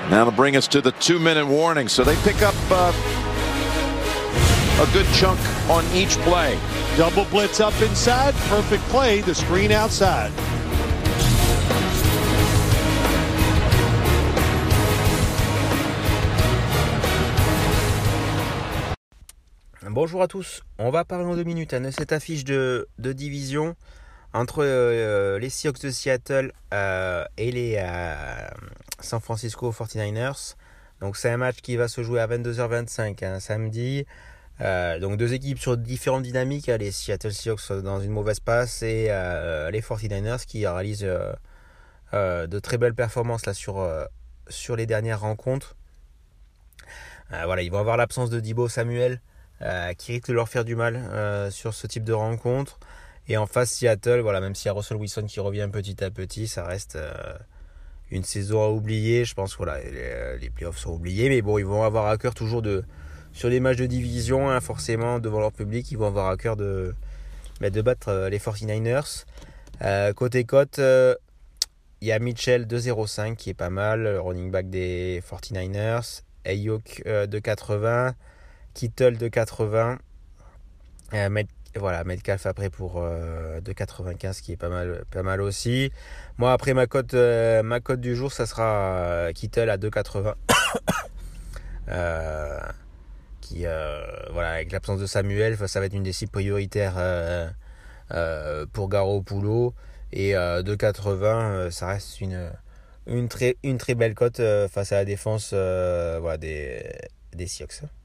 Now to bring us to the 2-minute warning. So they pick up a good chunk on each play. Double blitz up inside. Perfect play. The screen outside. Bonjour à tous, on va parler en 2 minutes de cette affiche de division entre les Seahawks de Seattle et les San Francisco 49ers. Donc c'est un match qui va se jouer à 22h25 samedi. Donc deux équipes sur différentes dynamiques, les Seattle Seahawks dans une mauvaise passe et les 49ers qui réalisent de très belles performances là sur les dernières rencontres. Ils vont avoir l'absence de Deebo Samuel qui risque de leur faire du mal sur ce type de rencontre. Et en face Seattle, même s'il y a Russell Wilson qui revient petit à petit, ça reste une saison à oublier. Je pense que les playoffs sont oubliés, mais bon, ils vont avoir à cœur toujours sur les matchs de division, forcément devant leur public, ils vont avoir à cœur de battre les 49ers. Côté cote, il y a Mitchell 2,05 qui est pas mal, le running back des 49ers, Ayuk 2,80, Kittle 2,80, Metcalf après pour 2,95 qui est pas mal aussi. Moi après ma cote du jour, ça sera Kittle à 2,80 avec l'absence de Samuel, ça va être une des cibles prioritaires pour Garoppolo, et 2,80 ça reste une très belle cote face à la défense des Seahawks.